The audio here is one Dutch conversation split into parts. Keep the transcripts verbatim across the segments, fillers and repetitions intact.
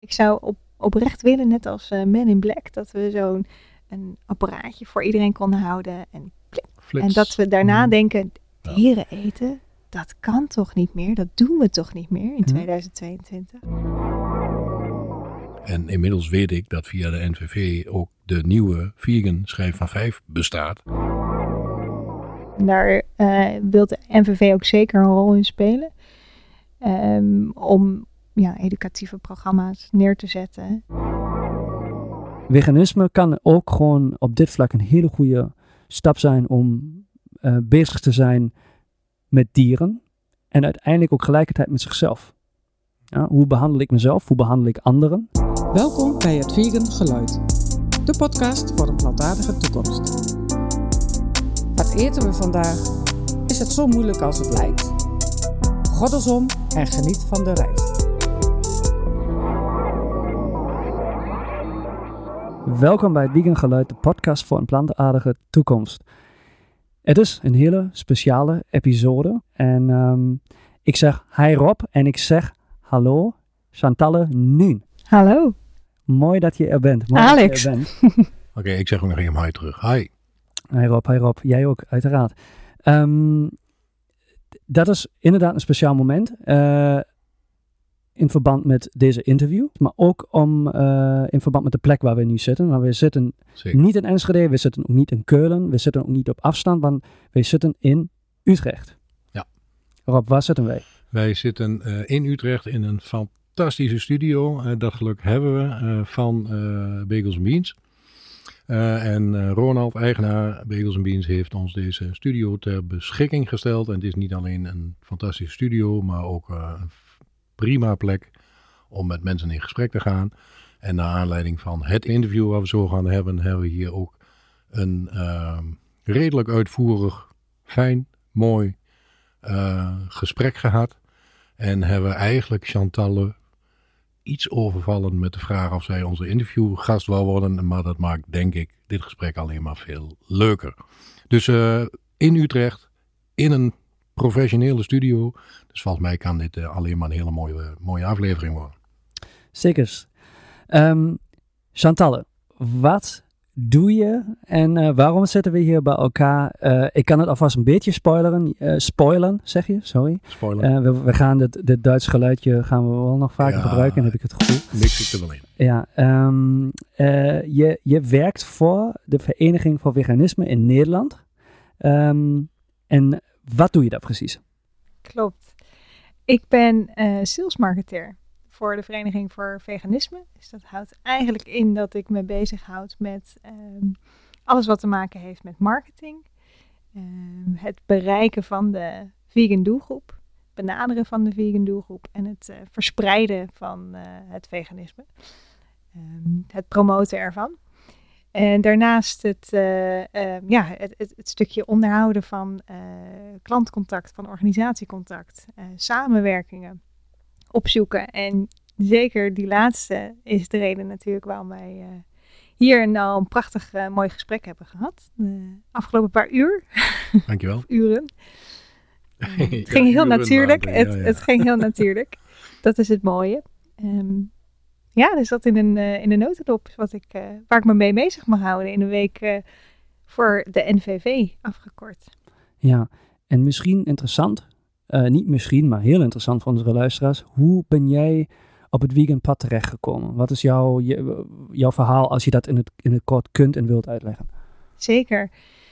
Ik zou op, oprecht willen, net als uh, Men in Black, dat we zo'n een apparaatje voor iedereen konden houden. En, en dat we daarna mm. denken, dieren ja. eten, dat kan toch niet meer? Dat doen we toch niet meer in mm. tweeduizend tweeëntwintig? En inmiddels weet ik dat via de N V V ook de nieuwe vegan schijf van vijf bestaat. Daar uh, wil de N V V ook zeker een rol in spelen. Um, om ja, educatieve programma's neer te zetten. Veganisme kan ook gewoon op dit vlak een hele goede stap zijn om uh, bezig te zijn met dieren. En uiteindelijk ook gelijkertijd met zichzelf. Ja, hoe behandel ik mezelf? Hoe behandel ik anderen? Welkom bij het Vegan Geluid. De podcast voor een plantaardige toekomst. Wat eten we vandaag? Is het zo moeilijk als het lijkt? Goddelsom en geniet van de reis. Welkom bij het Vegan Geluid, de podcast voor een plantaardige toekomst. Het is een hele speciale episode. En um, ik zeg hi Rob en ik zeg hallo Chantalle Nuun. Hallo. Mooi dat je er bent. Mooi Alex. Oké, okay, ik zeg ook nog even hi terug. Hi. Hi Rob, hi Rob. Jij ook, uiteraard. Um, dat is inderdaad een speciaal moment. Uh, in verband met deze interview. Maar ook om, uh, in verband met de plek waar we nu zitten. Maar we zitten Zeker. niet in Enschede. We zitten ook niet in Keulen. We zitten ook niet op afstand. Want we zitten in Utrecht. Ja. Rob, waar zitten wij? Wij zitten uh, in Utrecht in een fantastische studio. Uh, dat geluk hebben we uh, van uh, Bagels and Beans. Uh, en uh, Ronald, eigenaar Bagels and Beans, heeft ons deze studio ter beschikking gesteld. En het is niet alleen een fantastische studio, maar ook uh, een prima plek om met mensen in gesprek te gaan. En naar aanleiding van het interview waar we zo gaan hebben, hebben we hier ook een uh, redelijk uitvoerig, fijn, mooi uh, gesprek gehad. En hebben we eigenlijk Chantalle iets overvallen met de vraag of zij onze interviewgast wou worden. Maar dat maakt, denk ik, dit gesprek alleen maar veel leuker. Dus uh, in Utrecht, in een professionele studio. Dus volgens mij kan dit uh, alleen maar een hele mooie, mooie aflevering worden. Zeker. Um, Chantalle, wat doe je en uh, waarom zitten we hier bij elkaar? Uh, ik kan het alvast een beetje spoileren. Uh, spoilen, zeg je? Sorry. Spoilen. Uh, we, we gaan dit, dit Duits geluidje gaan we wel nog vaker ja, gebruiken, heb ik het gevoel. Niks ik er wel in. Ja, um, uh, je, je werkt voor de Vereniging voor Veganisme in Nederland. Um, en wat doe je daar precies? Klopt. Ik ben uh, salesmarketeer voor de Vereniging voor Veganisme. Dus dat houdt eigenlijk in dat ik me bezighoud met um, alles wat te maken heeft met marketing. Um, het bereiken van de vegan doelgroep. Benaderen van de vegan doelgroep. En het uh, verspreiden van uh, het veganisme. Um, het promoten ervan. En daarnaast het, uh, uh, ja, het, het, het stukje onderhouden van uh, klantcontact, van organisatiecontact. Uh, samenwerkingen. Opzoeken. En zeker die laatste is de reden natuurlijk waarom wij uh, hier nou een prachtig uh, mooi gesprek hebben gehad. De afgelopen paar uur. Dankjewel. uren. Uh, het ja, ging heel uren natuurlijk. Maanden, het, ja, ja. het ging heel natuurlijk. Dat is het mooie. Um, ja, dus dat in een, uh, in een notendop is wat ik, uh, waar ik me mee bezig mag houden in een week uh, voor de N V V afgekort. Ja, en misschien interessant. Uh, niet misschien, maar heel interessant voor onze luisteraars. Hoe ben jij op het vegan pad terechtgekomen? Wat is jouw, je, jouw verhaal als je dat in het, in het kort kunt en wilt uitleggen? Zeker.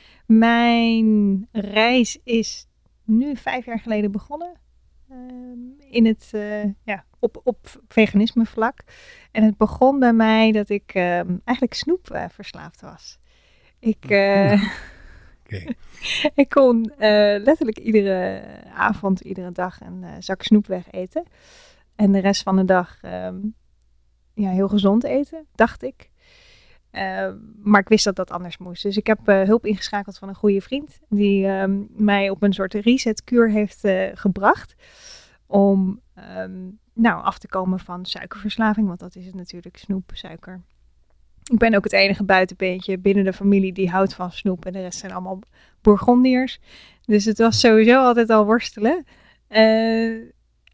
Mijn reis is nu vijf jaar geleden begonnen. Um, in het, uh, ja, op, op veganisme vlak. En het begon bij mij dat ik um, eigenlijk snoep uh, verslaafd was. Ik... Uh, Okay. Ik kon uh, letterlijk iedere avond, iedere dag een uh, zak snoep wegeten. En de rest van de dag um, ja, heel gezond eten, dacht ik. Uh, maar ik wist dat dat anders moest. Dus ik heb uh, hulp ingeschakeld van een goede vriend. Die um, mij op een soort resetkuur heeft uh, gebracht. Om um, nou, af te komen van suikerverslaving. Want dat is het natuurlijk, snoep, suiker. Ik ben ook het enige buitenbeentje binnen de familie die houdt van snoep. En de rest zijn allemaal Bourgondiërs. Dus het was sowieso altijd al worstelen. Uh,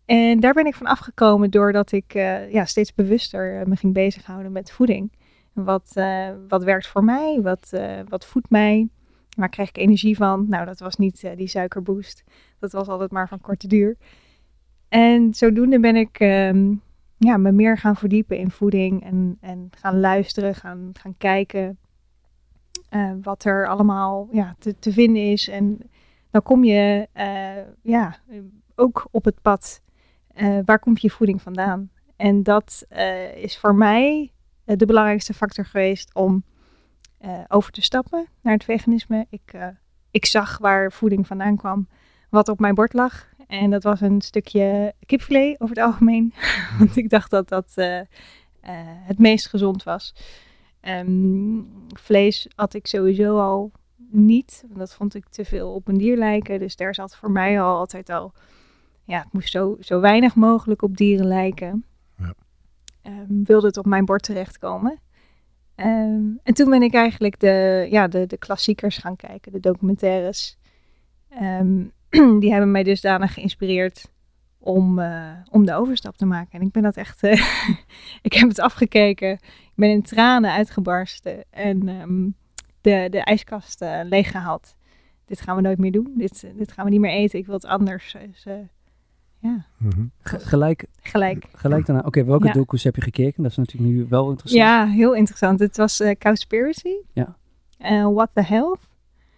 En daar ben ik van afgekomen doordat ik uh, ja, steeds bewuster uh, me ging bezighouden met voeding. Wat, uh, wat werkt voor mij? Wat, uh, wat voedt mij? Waar krijg ik energie van? Nou, dat was niet uh, die suikerboost. Dat was altijd maar van korte duur. En zodoende ben ik um, ja, me meer gaan verdiepen in voeding. En, en gaan luisteren, gaan, gaan kijken uh, wat er allemaal ja, te, te vinden is. En dan kom je uh, ja, ook op het pad. Uh, waar komt je voeding vandaan? En dat uh, is voor mij uh, de belangrijkste factor geweest om uh, over te stappen naar het veganisme. Ik, uh, ik zag waar voeding vandaan kwam, wat op mijn bord lag. En dat was een stukje kipfilet over het algemeen. Want ik dacht dat dat uh, uh, het meest gezond was. Um, vlees had ik sowieso al niet. Dat vond ik te veel op een dier lijken. Dus daar zat voor mij al altijd al... Ja, het moest zo, zo weinig mogelijk op dieren lijken. Ja. Um, wilde het op mijn bord terechtkomen. Um, en toen ben ik eigenlijk de, ja, de, de klassiekers gaan kijken, de documentaires. Um, die hebben mij dusdanig geïnspireerd om, uh, om de overstap te maken. En ik ben dat echt... Uh, ik heb het afgekeken. Ik ben in tranen uitgebarsten. En um, de, de ijskast uh, leeggehaald. Dit gaan we nooit meer doen. Dit, dit gaan we niet meer eten. Ik wil het anders. Dus, uh, ja. Mm-hmm. G- gelijk, gelijk. Gelijk daarna. Oké, okay, welke ja. docu's heb je gekeken? Dat is natuurlijk nu wel interessant. Ja, heel interessant. Het was uh, Cowspiracy. Ja. Uh, What the Health.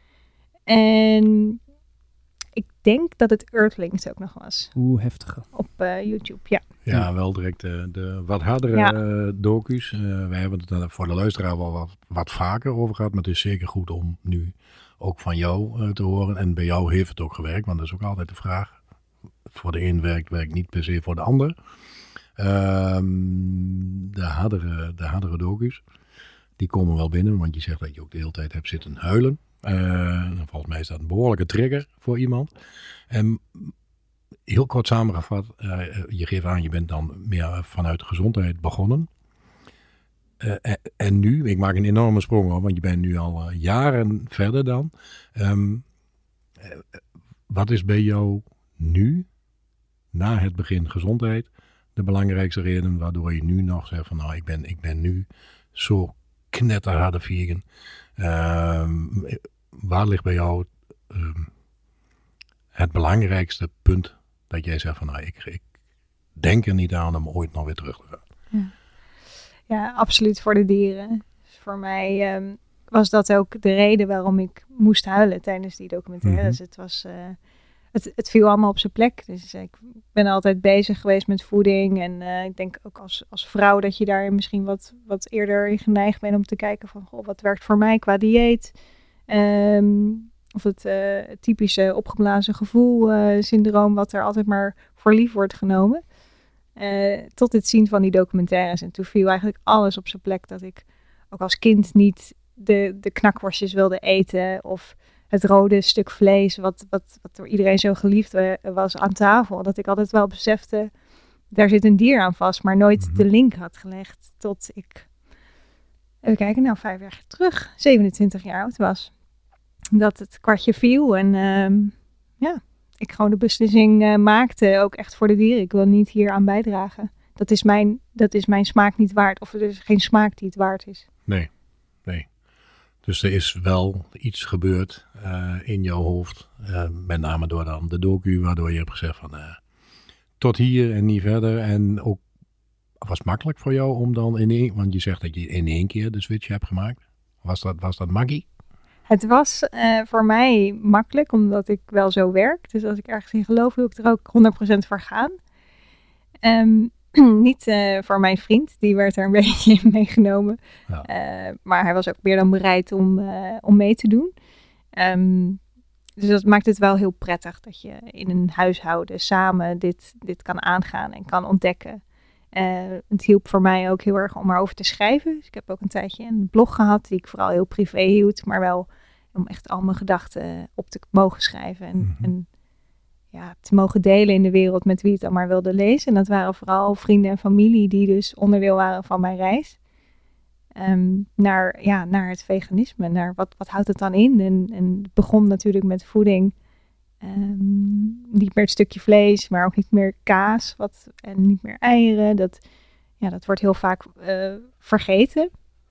En ik denk dat het Earthlings ook nog was. Hoe heftiger. Op uh, YouTube, ja. Ja, wel direct de, de wat hardere ja. uh, docu's. Uh, wij hebben het er voor de luisteraar wel wat, wat vaker over gehad. Maar het is zeker goed om nu ook van jou uh, te horen. En bij jou heeft het ook gewerkt, want dat is ook altijd de vraag. Voor de een werkt, werkt niet per se voor de ander. Um, de hardere, de hardere docu's, die komen wel binnen. Want je zegt dat je ook de hele tijd hebt zitten huilen. Uh, volgens mij is dat een behoorlijke trigger voor iemand. En heel kort samengevat, uh, je geeft aan, je bent dan meer vanuit de gezondheid begonnen. Uh, en, en nu, ik maak een enorme sprong op, want je bent nu al uh, jaren verder dan. Um, uh, wat is bij jou nu, na het begin gezondheid, de belangrijkste reden waardoor je nu nog zegt van nou, ik ben, ik ben nu zo knetterharde vegan. Um, waar ligt bij jou um, het belangrijkste punt dat jij zegt van nou, ik, ik denk er niet aan om ooit nog weer terug te gaan? Ja, ja absoluut voor de dieren. Dus voor mij um, was dat ook de reden waarom ik moest huilen tijdens die documentaire. Mm-hmm. Dus het was... Uh, Het, het viel allemaal op zijn plek. Dus ik ben altijd bezig geweest met voeding. En uh, ik denk ook als, als vrouw dat je daar misschien wat, wat eerder in geneigd bent om te kijken van goh, wat werkt voor mij qua dieet. Um, of het uh, typische opgeblazen gevoel uh, syndroom wat er altijd maar voor lief wordt genomen. Uh, tot het zien van die documentaires. En toen viel eigenlijk alles op zijn plek dat ik ook als kind niet de, de knakworstjes wilde eten of het rode stuk vlees, wat, wat, wat door iedereen zo geliefd was aan tafel. Dat ik altijd wel besefte, daar zit een dier aan vast, maar nooit mm-hmm. de link had gelegd tot ik, even kijken, nou vijf jaar terug, zevenentwintig jaar oud was. Dat het kwartje viel en uh, ja, ik gewoon de beslissing uh, maakte, ook echt voor de dieren. Ik wil niet hier aan bijdragen. Dat is mijn, dat is mijn smaak niet waard, of er is geen smaak die het waard is. Nee, nee. Dus er is wel iets gebeurd uh, in jouw hoofd, uh, met name door dan de docu, waardoor je hebt gezegd van uh, tot hier en niet verder. En ook was het makkelijk voor jou om dan in één, want je zegt dat je in één keer de switch hebt gemaakt. Was dat, was dat maggie? Het was uh, voor mij makkelijk, omdat ik wel zo werk. Dus als ik ergens in geloof, wil ik er ook honderd procent voor gaan. Um, Niet uh, voor mijn vriend, die werd er een beetje in meegenomen. Ja. Uh, maar hij was ook meer dan bereid om, uh, om mee te doen. Um, dus dat maakt het wel heel prettig dat je in een huishouden samen dit, dit kan aangaan en kan ontdekken. Uh, het hielp voor mij ook heel erg om erover te schrijven. Dus ik heb ook een tijdje een blog gehad die ik vooral heel privé hield. Maar wel om echt al mijn gedachten op te mogen schrijven. En, mm-hmm. en ja, te mogen delen in de wereld met wie het dan maar wilde lezen. En dat waren vooral vrienden en familie die dus onderdeel waren van mijn reis. Um, naar, ja, naar het veganisme. Naar wat, wat houdt het dan in? En, en het begon natuurlijk met voeding. Um, niet meer het stukje vlees, maar ook niet meer kaas wat, en niet meer eieren. Dat, ja, dat wordt heel vaak uh, vergeten.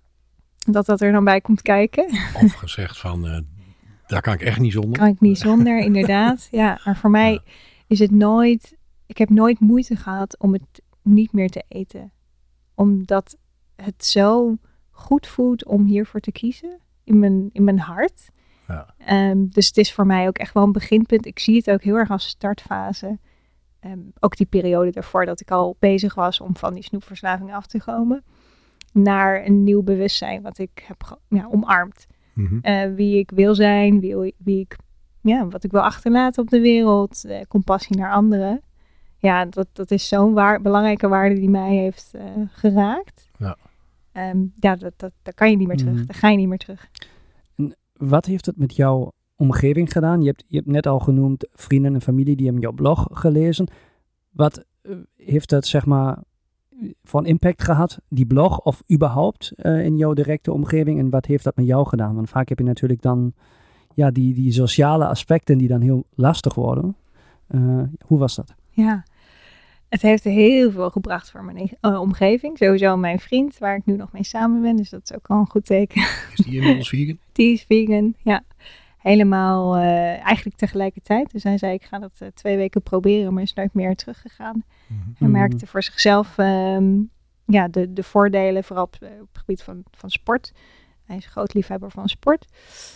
Dat dat er dan bij komt kijken. Of gezegd van, uh, daar kan ik echt niet zonder. Kan ik niet zonder, inderdaad. Ja, maar voor mij ja. is het nooit... Ik heb nooit moeite gehad om het niet meer te eten. Omdat het zo goed voelt om hiervoor te kiezen. In mijn, in mijn hart. Ja. Um, dus het is voor mij ook echt wel een beginpunt. Ik zie het ook heel erg als startfase. Um, ook die periode daarvoor dat ik al bezig was om van die snoepverslaving af te komen. Naar een nieuw bewustzijn wat ik heb ge- ja, omarmd. Mm-hmm. Uh, wie ik wil zijn, wie, wie ik, ja, wat ik wil achterlaten op de wereld. Uh, compassie naar anderen. Ja, dat, dat is zo'n waar, belangrijke waarde die mij heeft uh, geraakt. Ja, um, ja dat, dat, daar kan je niet meer terug. Mm. Daar ga je niet meer terug. Wat heeft het met jouw omgeving gedaan? Je hebt, je hebt net al genoemd vrienden en familie die hebben jouw blog gelezen. Wat uh, heeft dat zeg maar van impact gehad, die blog, of überhaupt uh, in jouw directe omgeving? En wat heeft dat met jou gedaan? Want vaak heb je natuurlijk dan ja, die, die sociale aspecten die dan heel lastig worden. Uh, hoe was dat? Ja, het heeft heel veel gebracht voor mijn uh, omgeving. Sowieso mijn vriend, waar ik nu nog mee samen ben. Dus dat is ook al een goed teken. Is die inmiddels vegan? Die is vegan, ja. Helemaal uh, eigenlijk tegelijkertijd. Dus hij zei, ik ga dat uh, twee weken proberen, maar is nooit meer teruggegaan. Mm-hmm. Hij merkte voor zichzelf um, ja, de, de voordelen, vooral op, op het gebied van, van sport. Hij is een groot liefhebber van sport.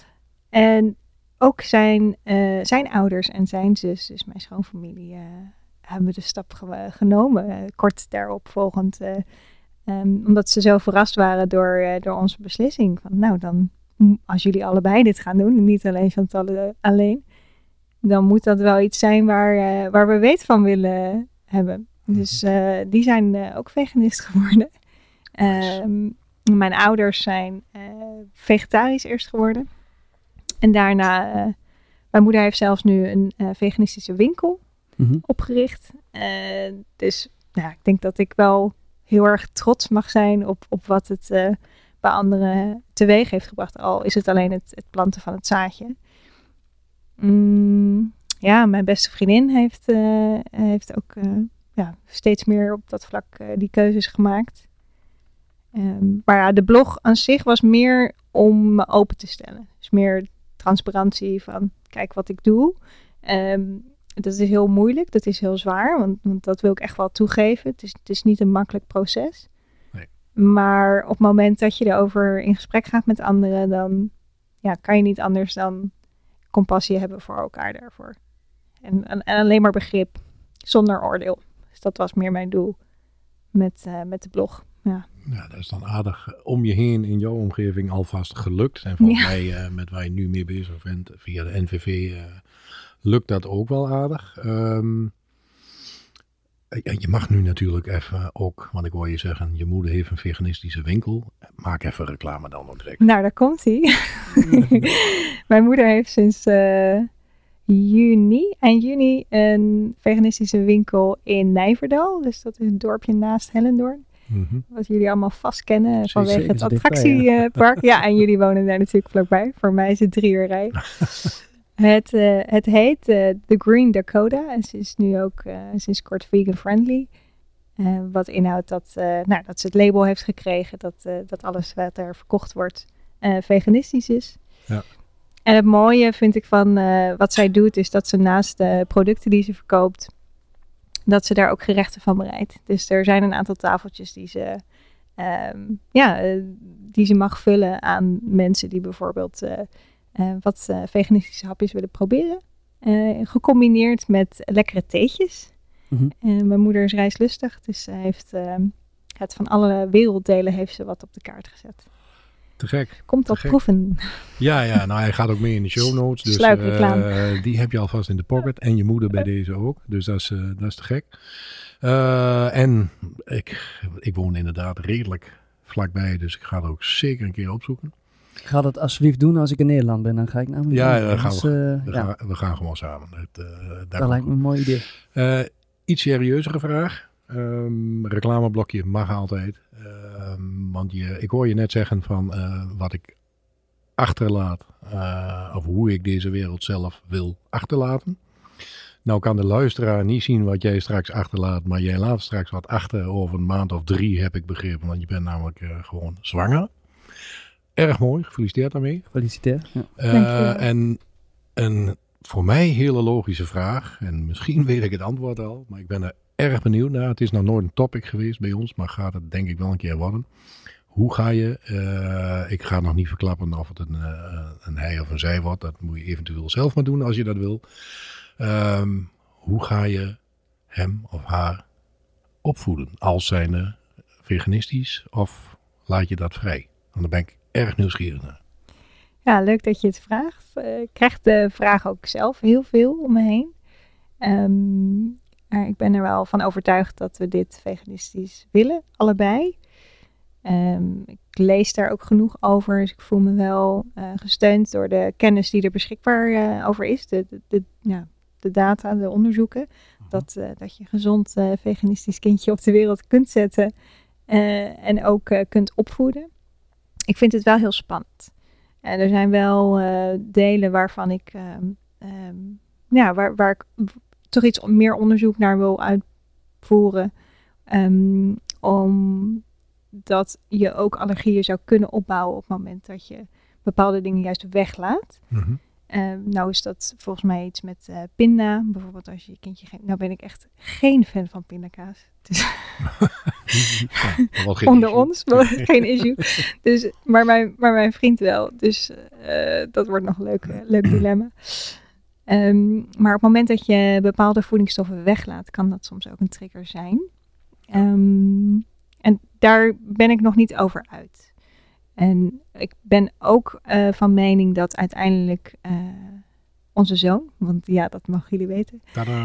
En ook zijn, uh, zijn ouders en zijn zus, dus mijn schoonfamilie, uh, hebben de stap ge- genomen. Uh, kort daarop volgend. Uh, um, omdat ze zo verrast waren door, uh, door onze beslissing. Van, nou, dan als jullie allebei dit gaan doen, en niet alleen Chantal alleen, dan moet dat wel iets zijn waar, uh, waar we weet van willen hebben. Dus uh, die zijn uh, ook veganist geworden. Uh, mijn ouders zijn uh, vegetarisch eerst geworden. En daarna, uh, mijn moeder heeft zelfs nu een uh, veganistische winkel mm-hmm. opgericht. Uh, dus nou, ik denk dat ik wel heel erg trots mag zijn op, op wat het uh, bij anderen teweeg heeft gebracht. Al is het alleen het, het planten van het zaadje. Mm, ja, mijn beste vriendin heeft, uh, heeft ook uh, ja, steeds meer op dat vlak uh, die keuzes gemaakt. Um, maar ja, de blog aan zich was meer om me open te stellen. Dus meer transparantie van, kijk wat ik doe. Um, dat is heel moeilijk, dat is heel zwaar, want, want dat wil ik echt wel toegeven. Het is, het is niet een makkelijk proces. Nee. Maar op het moment dat je erover in gesprek gaat met anderen, dan ja, kan je niet anders dan compassie hebben voor elkaar daarvoor. En, en, en alleen maar begrip, zonder oordeel. Dus dat was meer mijn doel met, uh, met de blog. Ja. Ja, dat is dan aardig om je heen in jouw omgeving alvast gelukt. En volgens ja. mij, uh, met waar je nu mee bezig bent via de N V V, uh, lukt dat ook wel aardig. Um, je mag nu natuurlijk even ook, want ik hoor je zeggen, je moeder heeft een veganistische winkel. Maak even reclame dan nog direct. Nou, daar komt ie. Mijn moeder heeft sinds uh, juni, eind juni, een veganistische winkel in Nijverdal. Dus dat is een dorpje naast Hellendoorn. Mm-hmm. Wat jullie allemaal vast kennen C- vanwege het attractiepark. Ja. ja, en jullie wonen daar natuurlijk vlakbij. Voor mij is het drie uur rij. het, uh, het heet uh, The Green Dakota. En ze is nu ook uh, sinds kort vegan friendly. Uh, wat inhoudt dat, uh, nou, dat ze het label heeft gekregen. Dat, uh, dat alles wat er verkocht wordt uh, veganistisch is. Ja. En het mooie vind ik van uh, wat zij doet, is dat ze naast de producten die ze verkoopt, dat ze daar ook gerechten van bereidt. Dus er zijn een aantal tafeltjes die ze, um, ja, uh, die ze mag vullen aan mensen die bijvoorbeeld uh, uh, wat uh, veganistische hapjes willen proberen. Uh, gecombineerd met lekkere theetjes. Mm-hmm. Uh, mijn moeder is reislustig, dus ze heeft uh, het van alle werelddelen heeft ze wat op de kaart gezet. Te gek. Komt te op gek. proeven. Ja, ja, nou hij gaat ook mee in de show notes. Dus uh, die heb je alvast in de pocket. En je moeder bij deze ook. Dus dat is, uh, dat is te gek. Uh, en ik, ik woon inderdaad redelijk vlakbij. Dus ik ga het ook zeker een keer opzoeken. Ik ga dat alsjeblieft doen als ik in Nederland ben. Dan ga ik namelijk... Ja, dan gaan we, dus, uh, we, ja. gaan, we gaan gewoon samen. Het, uh, dat lijkt me een mooi idee. Uh, iets serieuzere vraag. Um, reclameblokje mag altijd. Um, want je, ik hoor je net zeggen van uh, wat ik achterlaat. Uh, of hoe ik deze wereld zelf wil achterlaten. Nou kan de luisteraar niet zien wat jij straks achterlaat. Maar jij laat straks wat achter over een maand of drie, heb ik begrepen. Want je bent namelijk uh, gewoon zwanger. Erg mooi, gefeliciteerd daarmee. Gefeliciteerd. Ja. Uh, en een voor mij hele logische vraag. En misschien weet ik het antwoord al. Maar ik ben er erg benieuwd naar. Het is nog nooit een topic geweest bij ons. Maar gaat het denk ik wel een keer worden. Hoe ga je, uh, ik ga nog niet verklappen of het een, uh, een hij of een zij wordt. Dat moet je eventueel zelf maar doen als je dat wil. Um, hoe ga je hem of haar opvoeden? Als zijnde veganistisch of laat je dat vrij? Want daar ben ik erg nieuwsgierig naar. Ja, leuk dat je het vraagt. Uh, ik krijg de vraag ook zelf heel veel om me heen. Um, maar ik ben er wel van overtuigd dat we dit veganistisch willen, allebei. Um, ik lees daar ook genoeg over, dus ik voel me wel uh, gesteund door de kennis die er beschikbaar uh, over is. De, de, de, ja, de data, de onderzoeken. Uh-huh. Dat, uh, dat je een gezond uh, veganistisch kindje op de wereld kunt zetten uh, en ook uh, kunt opvoeden. Ik vind het wel heel spannend. En er zijn wel uh, delen waarvan ik, um, um, ja, waar, waar ik toch iets meer onderzoek naar wil uitvoeren. Um, om dat je ook allergieën zou kunnen opbouwen op het moment dat je bepaalde dingen juist weglaat. Mm-hmm. Uh, nou is dat volgens mij iets met uh, pinda. Bijvoorbeeld als je je kindje... Geen, nou ben ik echt geen fan van pindakaas. Dus ja, onder issue. ons, geen issue. Dus, maar, mijn, maar mijn vriend wel. Dus uh, dat wordt nog een leuk, uh, leuk dilemma. Um, maar op het moment dat je bepaalde voedingsstoffen weglaat, kan dat soms ook een trigger zijn. Um, en daar ben ik nog niet over uit. En ik ben ook uh, van mening dat uiteindelijk uh, onze zoon, want ja, dat mag jullie weten,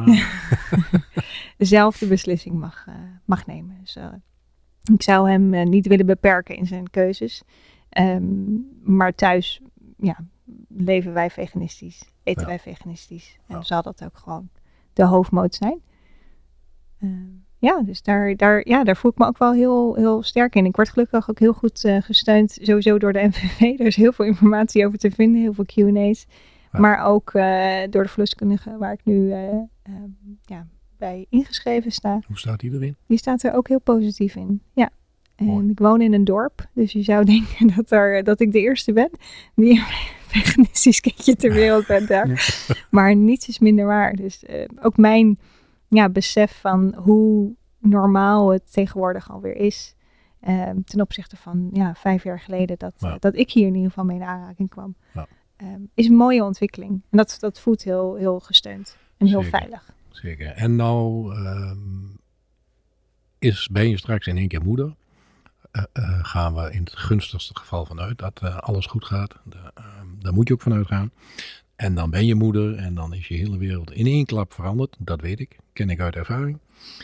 zelf de beslissing mag, uh, mag nemen. Dus, uh, ik zou hem uh, niet willen beperken in zijn keuzes. Um, maar thuis ja, leven wij veganistisch, eten ja. wij veganistisch. En ja. zal dat ook gewoon de hoofdmoot zijn. Uh, Ja, dus daar, daar, ja, daar voel ik me ook wel heel, heel sterk in. Ik word gelukkig ook heel goed uh, gesteund, sowieso door de N V V. Er is heel veel informatie over te vinden, heel veel Q en A's. Ja. Maar ook uh, door de verloskundige waar ik nu uh, uh, ja, bij ingeschreven sta. Hoe staat die erin? Die staat er ook heel positief in, ja. En Mooi. Ik woon in een dorp, dus je zou denken dat, er, dat ik de eerste ben die een veganistisch kindje ter wereld bent daar. Ja. Maar niets is minder waar. Dus uh, ook mijn... Ja, besef van hoe normaal het tegenwoordig alweer is. Um, ten opzichte van ja, vijf jaar geleden dat, ja. uh, dat ik hier in ieder geval mee in aanraking kwam. Ja. Um, is een mooie ontwikkeling. En dat, dat voelt heel, heel gesteund en heel Zeker. veilig. Zeker. En nou um, is, ben je straks in één keer moeder. Uh, uh, gaan we in het gunstigste geval vanuit dat uh, alles goed gaat. De, uh, daar moet je ook vanuit gaan. En dan ben je moeder en dan is je hele wereld in één klap veranderd. Dat weet ik, ken ik uit ervaring.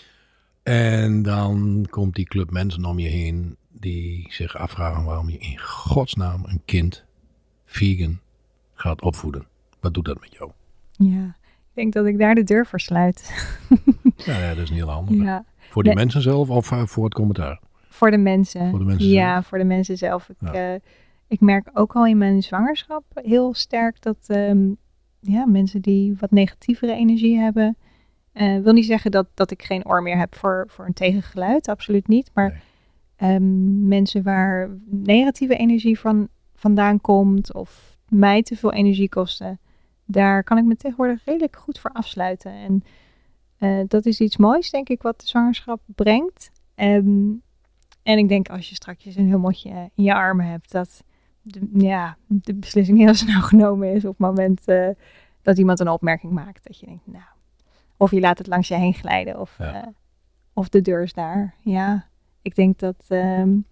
En dan komt die club mensen om je heen die zich afvragen waarom je in godsnaam een kind vegan gaat opvoeden. Wat doet dat met jou? Ja, ik denk dat ik daar de deur voor sluit. Ja, ja, dat is een heel ander. Ja. Voor die nee. mensen zelf of voor het commentaar? Voor de mensen. Voor de mensen ja, zelf. voor de mensen zelf. Ik, ja. uh, ik merk ook al in mijn zwangerschap heel sterk dat um, ja, mensen die wat negatievere energie hebben. Uh, wil niet zeggen dat, dat ik geen oor meer heb voor, voor een tegengeluid, absoluut niet. Maar nee. um, mensen waar negatieve energie van, vandaan komt of mij te veel energie kosten, daar kan ik me tegenwoordig redelijk goed voor afsluiten. En uh, dat is iets moois, denk ik, wat de zwangerschap brengt. Um, en ik denk als je straks een hummeltje in je armen hebt, dat de, ja, de beslissing heel snel genomen is op het moment uh, dat iemand een opmerking maakt. Dat je denkt, nou, of je laat het langs je heen glijden of, ja. uh, of de deur is daar. Ja, ik denk dat um,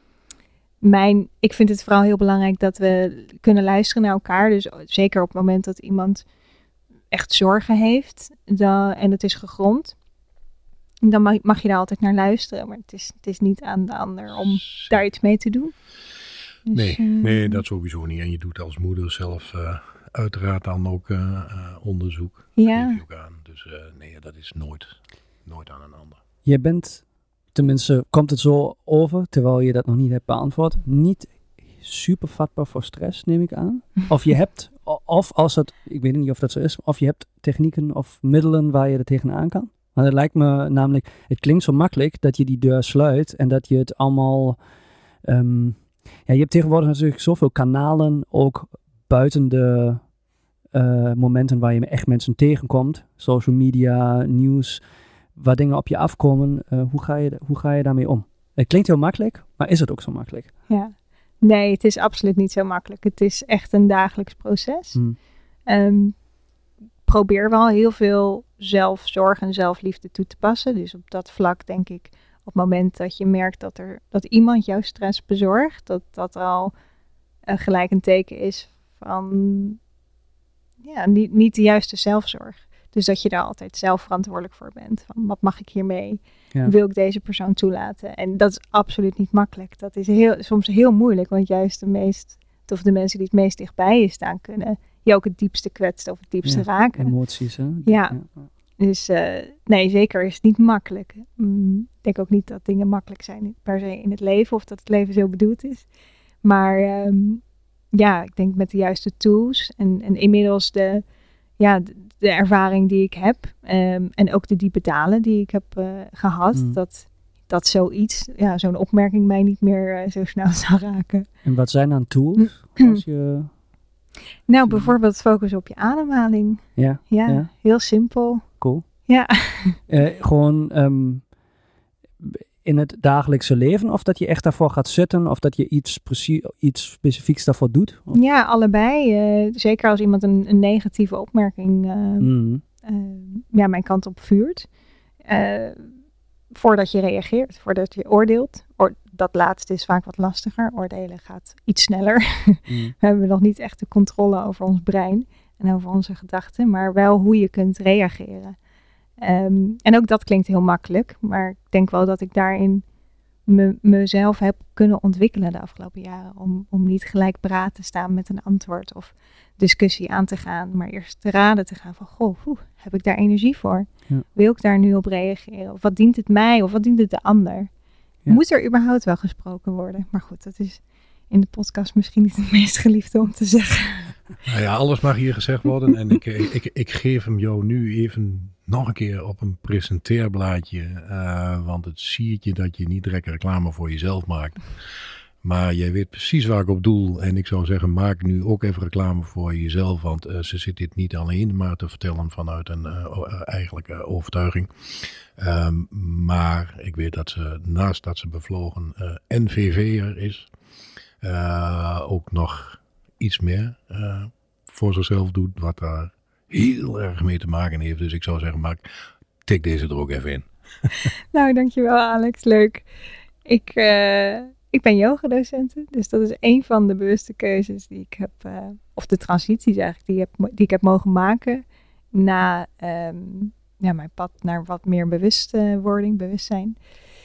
mijn, ik vind het vooral heel belangrijk dat we kunnen luisteren naar elkaar. Dus zeker op het moment dat iemand echt zorgen heeft dan, en het is gegrond, dan mag, mag je daar altijd naar luisteren. Maar het is, het is niet aan de ander om daar iets mee te doen. Dus, nee, uh, nee, dat sowieso niet. En je doet als moeder zelf uh, uiteraard dan ook uh, uh, onderzoek. Ja. Geef je ook aan. Dus uh, nee, dat is nooit, nooit aan een ander. Je bent, tenminste komt het zo over, terwijl je dat nog niet hebt beantwoord, niet super vatbaar voor stress, neem ik aan. Of je hebt, of als het, ik weet niet of dat zo is, of je hebt technieken of middelen waar je er tegenaan kan. Maar het lijkt me namelijk, het klinkt zo makkelijk dat je die deur sluit en dat je het allemaal, um, ja, je hebt tegenwoordig natuurlijk zoveel kanalen, ook buiten de uh, momenten waar je echt mensen tegenkomt, social media, nieuws, waar dingen op je afkomen. Uh, hoe ga je, hoe ga je daarmee om? Het klinkt heel makkelijk, maar is het ook zo makkelijk? Ja, nee, het is absoluut niet zo makkelijk. Het is echt een dagelijks proces. Hmm. Um, probeer wel heel veel zelfzorg en zelfliefde toe te passen. Dus op dat vlak denk ik, op het moment dat je merkt dat, er, dat iemand jouw stress bezorgt, dat dat al uh, gelijk een teken is van ja, niet, niet de juiste zelfzorg. Dus dat je daar altijd zelf verantwoordelijk voor bent. Van, wat mag ik hiermee? Ja. Wil ik deze persoon toelaten? En dat is absoluut niet makkelijk. Dat is heel, soms heel moeilijk. Want juist de meest, of de mensen die het meest dichtbij je staan, kunnen je ook het diepste kwetsen of het diepste ja, raken. Emoties, hè? Ja. ja. Dus uh, nee, zeker is het niet makkelijk. Mm, ik denk ook niet dat dingen makkelijk zijn per se in het leven. Of dat het leven zo bedoeld is. Maar um, ja, ik denk met de juiste tools. En, en inmiddels de... Ja, de, de ervaring die ik heb um, en ook de diepe dalen die ik heb uh, gehad, mm. dat, dat zoiets, ja, zo'n opmerking mij niet meer uh, zo snel zal raken. En wat zijn dan tools? Als je... Nou, bijvoorbeeld focus op je ademhaling. Ja, ja, ja. Heel simpel. Cool. Ja. uh, gewoon um, in het dagelijkse leven, of dat je echt daarvoor gaat zitten, of dat je iets, precies, iets specifieks daarvoor doet? Of? Ja, allebei. Uh, zeker als iemand een, een negatieve opmerking uh, mm. uh, ja, mijn kant op vuurt. Uh, voordat je reageert, voordat je oordeelt. Oor- dat laatste is vaak wat lastiger. Oordelen gaat iets sneller. Mm. We hebben nog niet echt de controle over ons brein en over onze gedachten, maar wel hoe je kunt reageren. Um, en ook dat klinkt heel makkelijk, maar ik denk wel dat ik daarin me, mezelf heb kunnen ontwikkelen de afgelopen jaren. Om, om niet gelijk paraat te staan met een antwoord of discussie aan te gaan, maar eerst te raden te gaan van, goh, hoe, heb ik daar energie voor? Ja. Wil ik daar nu op reageren? Of wat dient het mij of wat dient het de ander? Ja. Moet er überhaupt wel gesproken worden? Maar goed, dat is in de podcast misschien niet het meest geliefde om te zeggen. Nou ja, alles mag hier gezegd worden en ik, ik, ik, ik geef hem jou nu even nog een keer op een presenteerblaadje, uh, want het zie je dat je niet direct reclame voor jezelf maakt. Maar jij weet precies waar ik op doel en ik zou zeggen, maak nu ook even reclame voor jezelf, want uh, ze zit dit niet alleen maar te vertellen vanuit een uh, eigenlijke overtuiging. Um, maar ik weet dat ze, naast dat ze bevlogen uh, N V V'er is, uh, ook nog iets meer uh, voor zichzelf doet, wat daar heel erg mee te maken heeft. Dus ik zou zeggen, maak, tik deze er ook even in. Nou, dankjewel Alex. Leuk. Ik, uh, ik ben yogadocent, dus dat is een van de bewuste keuzes die ik heb, uh, of de transities eigenlijk, die, heb, die ik heb mogen maken na um, ja, mijn pad naar wat meer bewustwording, bewustzijn.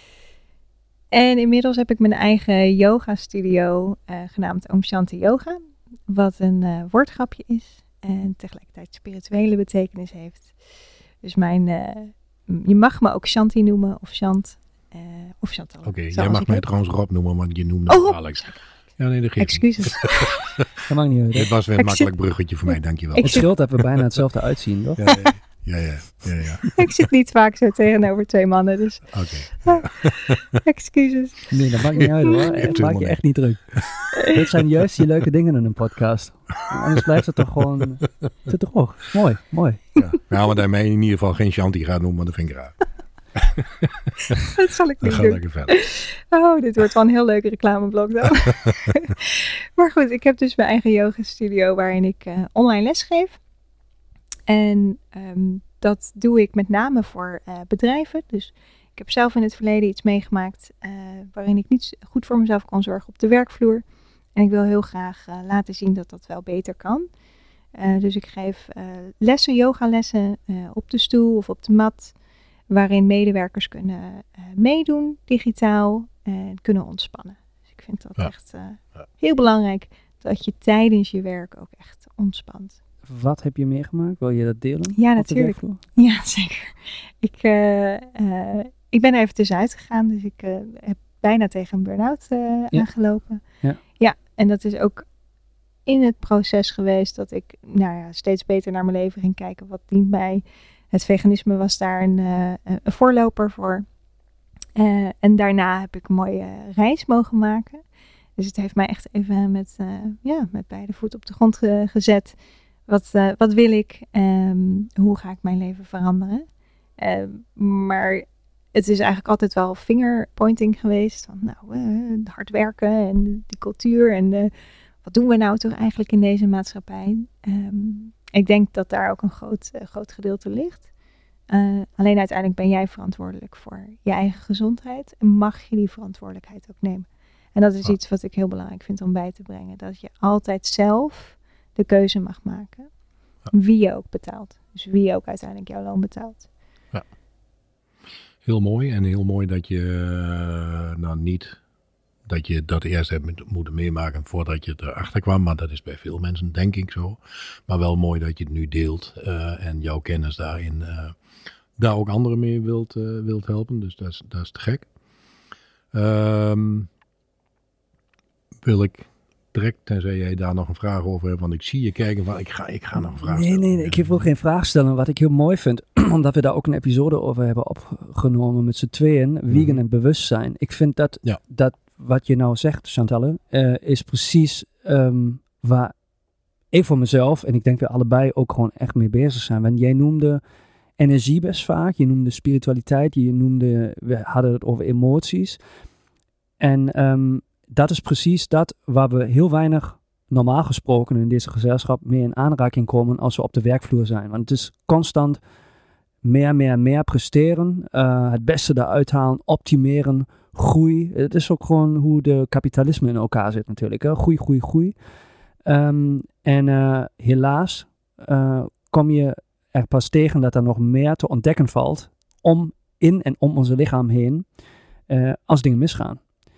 En inmiddels heb ik mijn eigen yoga studio uh, genaamd Om Shanti Yoga, wat een uh, woordgrapje is en tegelijkertijd spirituele betekenis heeft. Dus mijn, uh, je mag me ook Shanti noemen of Shant uh, of Chantal. Oké, okay, jij mag mij heb. trouwens Rob noemen, want je noemde oh, Alex. Ja, nee, dat geeft Excuses. Dat mag niet uit. Dit was weer een ik makkelijk zit... bruggetje voor mij, dankjewel. Het scheelt dat we bijna hetzelfde uitzien, toch? Ja, ja. Ja, ja, ja, ja. Ik zit niet vaak zo tegenover twee mannen, dus... Oké. Okay. Excuses. Nee, dat maakt niet uit hoor. Het maakt je echt niet druk. Dit zijn juist die leuke dingen in een podcast. Anders blijft het toch gewoon te droog. Mooi, mooi. Ja, nou, maar dat mij in ieder geval geen Shanti gaat noemen, dat vind ik raar. Dat zal ik niet dan doen. Lekker verder. Oh, dit wordt wel een heel leuke reclameblok dan. Maar goed, ik heb dus mijn eigen yoga studio waarin ik uh, online les geef. En um, dat doe ik met name voor uh, bedrijven. Dus ik heb zelf in het verleden iets meegemaakt uh, waarin ik niet goed voor mezelf kon zorgen op de werkvloer. En ik wil heel graag uh, laten zien dat dat wel beter kan. Uh, dus ik geef uh, lessen, yogalessen uh, op de stoel of op de mat. Waarin medewerkers kunnen uh, meedoen digitaal en kunnen ontspannen. Dus ik vind dat ja. echt uh, ja. heel belangrijk dat je tijdens je werk ook echt ontspant. Wat heb je meegemaakt? Wil je dat delen? Ja, natuurlijk. Ja, zeker. Ik, uh, uh, ik ben er even tussenuit gegaan. Dus ik uh, heb bijna tegen een burn-out uh, ja. aangelopen. Ja. Ja, en dat is ook in het proces geweest dat ik nou ja, steeds beter naar mijn leven ging kijken. Wat dient mij? Het veganisme was daar een, uh, een voorloper voor. Uh, en daarna heb ik een mooie reis mogen maken. Dus het heeft mij echt even met, uh, ja, met beide voeten op de grond ge- gezet. Wat, uh, wat wil ik? Um, hoe ga ik mijn leven veranderen? Uh, maar het is eigenlijk altijd wel fingerpointing geweest. Van, nou, uh, hard werken en die cultuur. En uh, wat doen we nou toch eigenlijk in deze maatschappij? Um, ik denk dat daar ook een groot, uh, groot gedeelte ligt. Uh, alleen uiteindelijk ben jij verantwoordelijk voor je eigen gezondheid. En mag je die verantwoordelijkheid ook nemen. En dat is Ja. iets wat ik heel belangrijk vind om bij te brengen. Dat je altijd zelf de keuze mag maken. Ja. Wie je ook betaalt. Dus wie je ook uiteindelijk jouw loon betaalt. Ja. Heel mooi. En heel mooi dat je uh, nou niet dat je dat eerst hebt moeten meemaken voordat je erachter kwam. Maar dat is bij veel mensen denk ik zo. Maar wel mooi dat je het nu deelt. Uh, en jouw kennis daarin uh, daar ook anderen mee wilt, uh, wilt helpen. Dus dat is, dat is te gek. Um, wil ik direct, tenzij jij daar nog een vraag over hebt, want ik zie je kijken, van ik ga, ik ga nog een vraag nee, stellen. Nee, nee, ik wil geen vraag stellen. Wat ik heel mooi vind, omdat we daar ook een episode over hebben opgenomen met z'n tweeën, vegan mm-hmm. en bewustzijn. Ik vind dat, ja. dat wat je nou zegt, Chantalle, uh, is precies um, waar ik voor mezelf, en ik denk we allebei ook gewoon echt mee bezig zijn. Want jij noemde energie best vaak, je noemde spiritualiteit, je noemde, we hadden het over emoties. En um, dat is precies dat waar we heel weinig normaal gesproken in deze gezelschap mee in aanraking komen als we op de werkvloer zijn. Want het is constant meer, meer, meer presteren, uh, het beste eruit halen, optimeren, groei. Het is ook gewoon hoe de kapitalisme in elkaar zit natuurlijk. Hè? Groei, groei, groei. Um, en uh, helaas uh, kom je er pas tegen dat er nog meer te ontdekken valt om in en om onze lichaam heen uh, als dingen misgaan.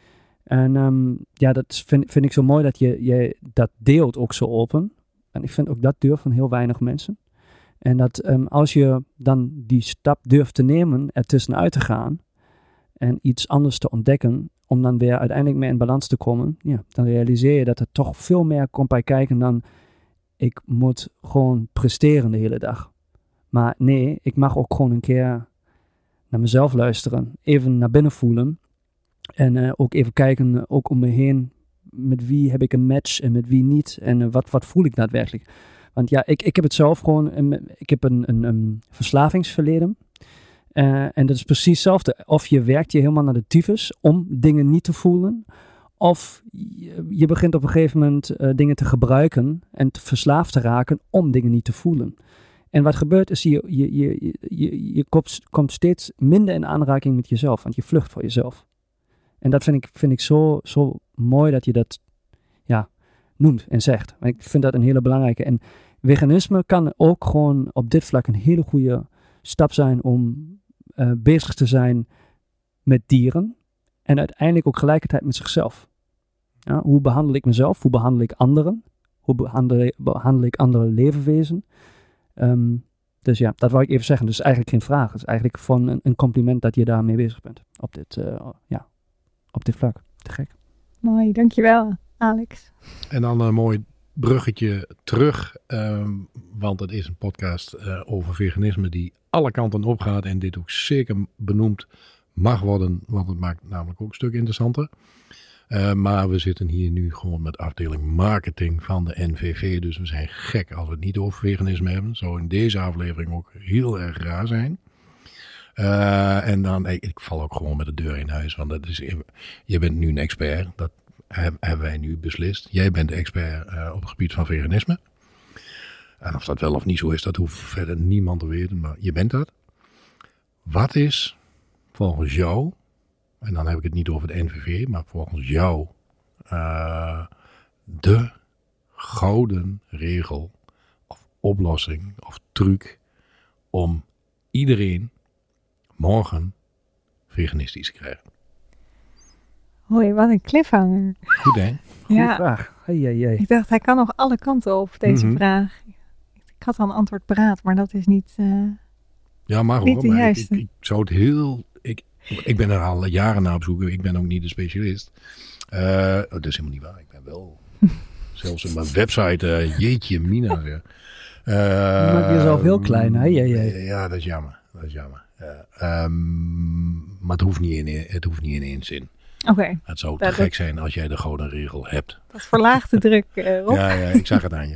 En um, ja, dat vind, vind ik zo mooi dat je, je dat deelt ook zo open. En ik vind ook dat durven heel weinig mensen. En dat um, als je dan die stap durft te nemen, ertussenuit te gaan en iets anders te ontdekken, om dan weer uiteindelijk mee in balans te komen, ja, dan realiseer je dat er toch veel meer komt bij kijken dan ik moet gewoon presteren de hele dag. Maar nee, ik mag ook gewoon een keer naar mezelf luisteren, even naar binnen voelen. En uh, ook even kijken, uh, ook om me heen, met wie heb ik een match en met wie niet. En uh, wat, wat voel ik daadwerkelijk. Want ja, ik, ik heb het zelf gewoon, um, ik heb een, een, een verslavingsverleden. Uh, en dat is precies hetzelfde. Of je werkt je helemaal naar de tyfus om dingen niet te voelen. Of je, je begint op een gegeven moment uh, dingen te gebruiken en te verslaafd te raken om dingen niet te voelen. En wat gebeurt is, je, je, je, je, je komt, komt steeds minder in aanraking met jezelf. Want je vlucht voor jezelf. En dat vind ik, vind ik zo, zo mooi dat je dat ja, noemt en zegt. Ik vind dat een hele belangrijke. En veganisme kan ook gewoon op dit vlak een hele goede stap zijn om uh, bezig te zijn met dieren. En uiteindelijk ook gelijkertijd met zichzelf. Ja, hoe behandel ik mezelf? Hoe behandel ik anderen? Hoe behandel, behandel ik andere levenwezen? Um, dus ja, dat wou ik even zeggen. Dus eigenlijk geen vraag. Het is eigenlijk van een, een compliment dat je daarmee bezig bent. Op dit, uh, ja. Op dit vlak. Te gek. Mooi, dankjewel Alex. En dan een mooi bruggetje terug. Um, want het is een podcast uh, over veganisme die alle kanten op gaat. En dit ook zeker benoemd mag worden. Want het maakt namelijk ook een stuk interessanter. Uh, maar we zitten hier nu gewoon met afdeling marketing van de N V V. Dus we zijn gek als we het niet over veganisme hebben. Zou in deze aflevering ook heel erg raar zijn. Uh, en dan, ik, ik val ook gewoon met de deur in huis. Want dat is, je bent nu een expert. Dat heb, hebben wij nu beslist. Jij bent de expert uh, op het gebied van veganisme. En of dat wel of niet zo is, dat hoeft verder niemand te weten. Maar je bent dat. Wat is volgens jou, en dan heb ik het niet over de N V V, maar volgens jou uh, de gouden regel of oplossing of truc om iedereen morgen veganistisch te krijgen? Hoi, wat een cliffhanger. Goed hè? Goeie ja. vraag. Hey, hey, hey. Ik dacht, hij kan nog alle kanten op, deze Mm-hmm. vraag. Ik had al een antwoord paraat, maar dat is niet... Uh, ja, maar niet hoor. de Maar ik, juiste. ik, ik zou het heel... Ik, ik ben er al jaren naar op zoek. Ik ben ook niet de specialist. Uh, dat is helemaal niet waar. Ik ben wel Zelfs op mijn website, uh, jeetje mina. Uh, je maakt jezelf heel klein, hè? Ja, ja. ja, dat is jammer. Dat is jammer. Uh, um, maar het hoeft niet in, het hoeft niet in één zin. Oké. Okay. Het zou dat te gek dat... zijn als jij de gouden regel hebt. Dat verlaagt de druk, uh, Rob. Ja, ja, ik zag het aan je.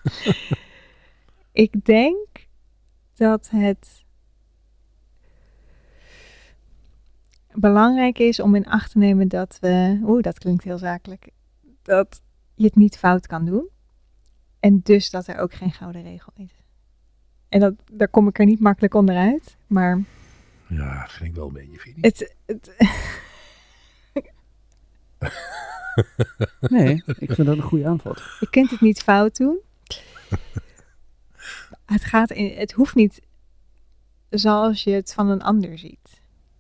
Ik denk dat het belangrijk is om in acht te nemen dat we... Oeh, dat klinkt heel zakelijk. Dat je het niet fout kan doen. En dus dat er ook geen gouden regel is. En dat, daar kom ik er niet makkelijk onderuit. Maar... Ja, vind ik wel een beetje, vind Het... het nee, ik vind dat een goede antwoord. Je kunt het niet fout doen. Het, gaat in, het hoeft niet zoals je het van een ander ziet.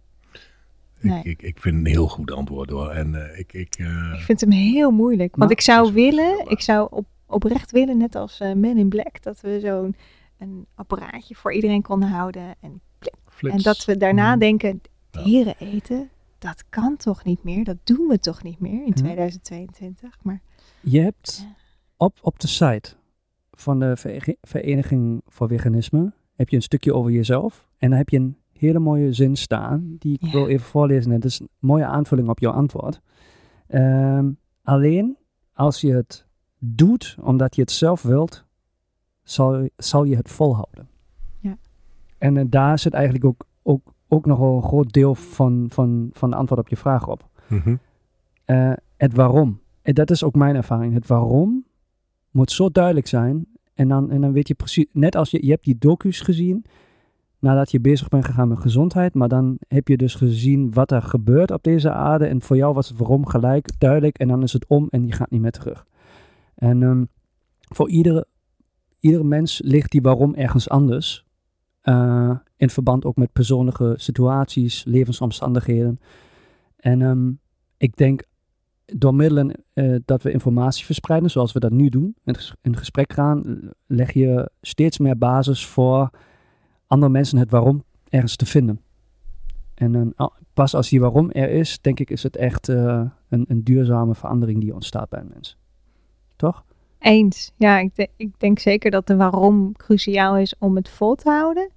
Nee. Ik, ik, ik vind het een heel goed antwoord hoor. En, uh, ik, ik, uh... ik vind hem heel moeilijk. Want maar, ik zou willen, ik zou op, oprecht willen, net als uh, Men in Black, dat we zo'n een apparaatje voor iedereen konden houden. En, en dat we daarna mm. denken, heren eten, dat kan toch niet meer? Dat doen we toch niet meer in tweeduizend tweeëntwintig? Maar, je hebt ja. op, op de site van de Ver- Vereniging voor Veganisme heb je een stukje over jezelf. En dan heb je een hele mooie zin staan, die ik ja. wil even voorlezen. Het is een mooie aanvulling op jouw antwoord. Um, alleen als je het doet omdat je het zelf wilt, zal, zal je het volhouden. Ja. En uh, daar zit eigenlijk ook, ook, ook nog wel een groot deel van, van, van de antwoord op je vraag op. Mm-hmm. Uh, het waarom. En dat is ook mijn ervaring. Het waarom moet zo duidelijk zijn. En dan, en dan weet je precies, net als je, je hebt die docu's gezien, nadat je bezig bent gegaan met gezondheid, maar dan heb je dus gezien wat er gebeurt op deze aarde en voor jou was het waarom gelijk, duidelijk en dan is het om en je gaat niet meer terug. En um, voor iedere, iedere mens ligt die waarom ergens anders, uh, in verband ook met persoonlijke situaties, levensomstandigheden. En um, ik denk door middelen uh, dat we informatie verspreiden, zoals we dat nu doen, in, in gesprek gaan, leg je steeds meer basis voor andere mensen het waarom ergens te vinden. En uh, pas als die waarom er is, denk ik, is het echt uh, een, een duurzame verandering die ontstaat bij een mens. Toch? Eens. Ja, ik, de- ik denk zeker dat de waarom cruciaal is om het vol te houden.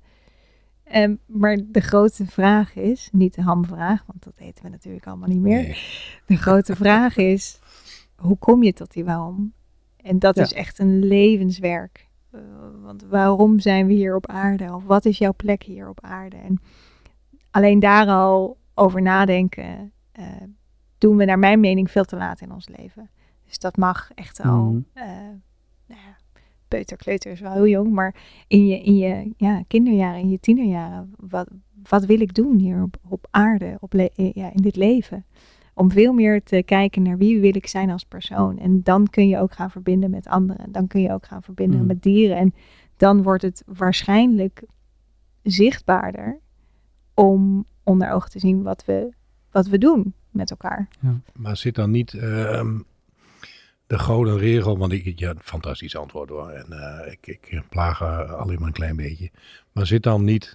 Um, maar de grote vraag is, niet de hamvraag, want dat weten we natuurlijk allemaal niet meer. Nee. De grote vraag is, hoe kom je tot die waarom? En dat ja. is echt een levenswerk. Uh, want waarom zijn we hier op aarde? Of wat is jouw plek hier op aarde? En alleen daar al over nadenken, uh, doen we naar mijn mening veel te laat in ons leven. Dus dat mag echt al... Mm. Uh, nou ja, peuter, kleuter is wel heel jong, maar in je, in je ja, kinderjaren, in je tienerjaren, wat, wat wil ik doen hier op, op aarde, op le- ja, in dit leven? Om veel meer te kijken naar wie wil ik zijn als persoon. En dan kun je ook gaan verbinden met anderen. Dan kun je ook gaan verbinden mm. met dieren. En dan wordt het waarschijnlijk zichtbaarder om onder ogen te zien wat we, wat we doen met elkaar. Ja. Maar zit dan niet... Uh, De gouden regel, want ik, ja, fantastisch antwoord hoor. En uh, ik, ik plaag uh, alleen maar een klein beetje. Maar zit dan niet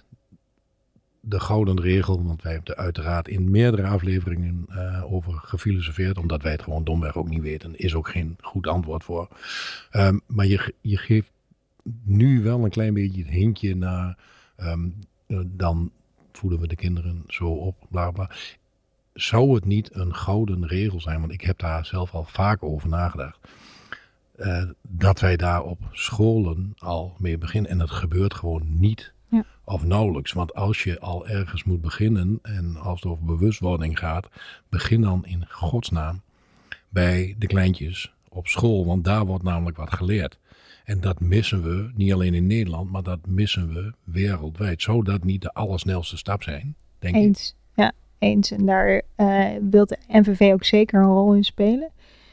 de gouden regel, want wij hebben er uiteraard in meerdere afleveringen uh, over gefilosofeerd, omdat wij het gewoon domweg ook niet weten. Is ook geen goed antwoord voor. Um, maar je, je geeft nu wel een klein beetje het hintje naar, um, uh, dan voeden we de kinderen zo op, bla bla. Zou het niet een gouden regel zijn, want ik heb daar zelf al vaak over nagedacht, uh, dat wij daar op scholen al mee beginnen. En dat gebeurt gewoon niet ja. of nauwelijks. Want als je al ergens moet beginnen en als het over bewustwording gaat, begin dan in godsnaam bij de kleintjes op school. Want daar wordt namelijk wat geleerd. En dat missen we, niet alleen in Nederland, maar dat missen we wereldwijd. Zou dat niet de allersnelste stap zijn, denk Eens. ik? Ja. Eens. En daar uh, wil de N V V ook zeker een rol in spelen.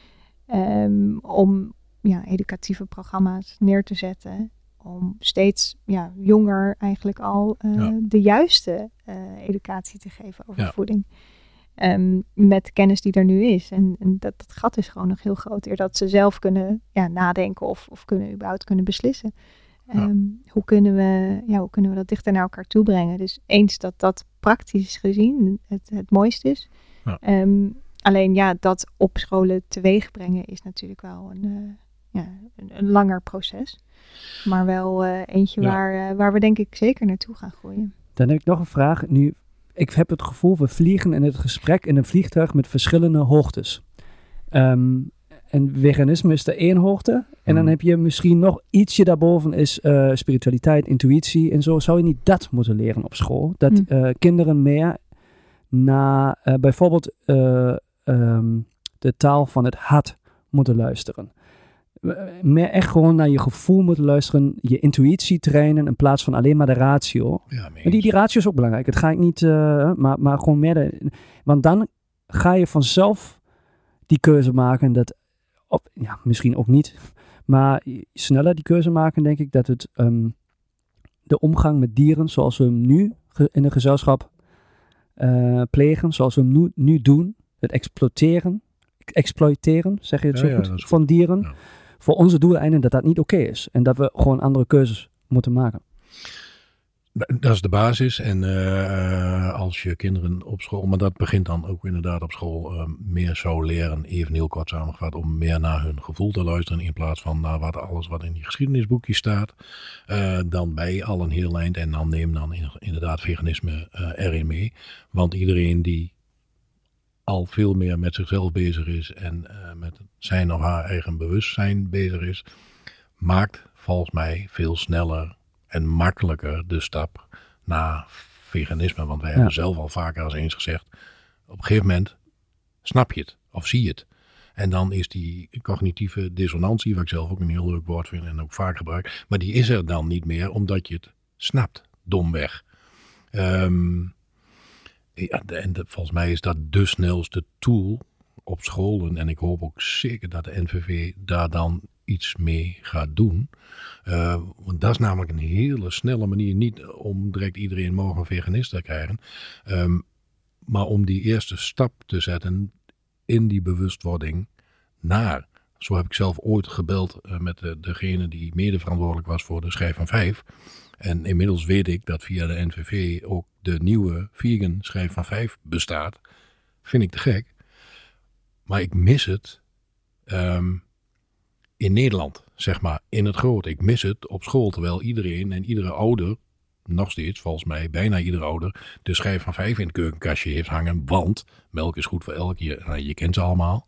Um, om ja, educatieve programma's neer te zetten. Om steeds ja, jonger eigenlijk al uh, ja. de juiste uh, educatie te geven over ja. voeding. Um, met de kennis die er nu is. En, en dat, dat gat is gewoon nog heel groot. Eer dat ze zelf kunnen ja, nadenken of, of kunnen überhaupt kunnen beslissen. Um, ja. hoe, kunnen we, ja, hoe kunnen we dat dichter naar elkaar toe brengen? Dus eens dat dat praktisch gezien het, het mooiste is. Ja. Um, alleen ja, dat op scholen teweeg brengen is natuurlijk wel een, uh, ja, een, een langer proces. Maar wel uh, eentje ja. waar, uh, waar we denk ik zeker naartoe gaan groeien. Dan heb ik nog een vraag. Nu, ik heb het gevoel, we vliegen in het gesprek in een vliegtuig met verschillende hoogtes. Um, en veganisme is de één hoogte. En dan Hmm. heb je misschien nog ietsje daarboven is uh, spiritualiteit, intuïtie en zo. Zou je niet dat moeten leren op school? Dat Hmm. uh, kinderen meer naar uh, bijvoorbeeld uh, um, de taal van het hart moeten luisteren. Meer echt gewoon naar je gevoel moeten luisteren, je intuïtie trainen in plaats van alleen maar de ratio. Ja, En die, die ratio is ook belangrijk. Het ga ik niet, uh, maar, maar gewoon meer de, want dan ga je vanzelf die keuze maken dat, op, ja, misschien ook niet, maar sneller die keuze maken, denk ik, dat het um, de omgang met dieren zoals we hem nu ge, in een gezelschap uh, plegen, zoals we hem nu, nu doen, het exploiteren, exploiteren, zeg je het ja, zo ja, goed, van dieren. Ja. Voor onze doeleinden dat dat niet oké okay is. En dat we gewoon andere keuzes moeten maken. Dat is de basis. En uh, als je kinderen op school, maar dat begint dan ook inderdaad op school, uh, meer zou leren, even heel kort samengevat, om meer naar hun gevoel te luisteren in plaats van naar wat, alles wat in die geschiedenisboekjes staat. Uh, dan bij al een heel eind. En dan neem dan in, inderdaad veganisme uh, erin mee. Want iedereen die al veel meer met zichzelf bezig is en uh, met zijn of haar eigen bewustzijn bezig is, maakt volgens mij veel sneller en makkelijker de stap naar veganisme. Want wij ja. hebben zelf al vaker als eens gezegd, op een gegeven moment snap je het of zie je het. En dan is die cognitieve dissonantie, wat ik zelf ook een heel leuk woord vind en ook vaak gebruik, maar die is er dan niet meer omdat je het snapt, domweg. Um, Ja, en de, volgens mij is dat de snelste tool op scholen. En ik hoop ook zeker dat de N V V daar dan iets mee gaat doen. Uh, want dat is namelijk een hele snelle manier. Niet om direct iedereen morgen veganist te krijgen. Um, maar om die eerste stap te zetten in die bewustwording naar. Zo heb ik zelf ooit gebeld uh, met de, degene die mede verantwoordelijk was voor de schijf van vijf. En inmiddels weet ik dat via de N V V ook de nieuwe vegan schijf van vijf bestaat. Vind ik te gek. Maar ik mis het um, in Nederland, zeg maar, in het groot. Ik mis het op school, terwijl iedereen en iedere ouder, nog steeds volgens mij bijna iedere ouder, de schijf van vijf in het keukenkastje heeft hangen. Want melk is goed voor elk, je, nou, je kent ze allemaal.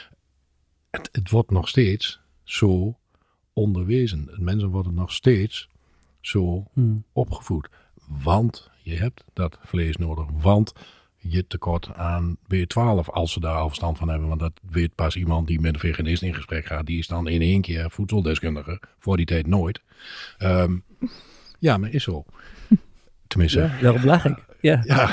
Het, het wordt nog steeds zo onderwezen. Mensen worden nog steeds zo hmm. opgevoed. Want je hebt dat vlees nodig. Want je tekort aan B twaalf, als ze daar al verstand van hebben. Want dat weet pas iemand die met een veganist in gesprek gaat. Die is dan in één keer voedseldeskundige. Voor die tijd nooit. Um, ja, maar is zo. Tenminste. Ja, daarom lach ik. Ja. ja.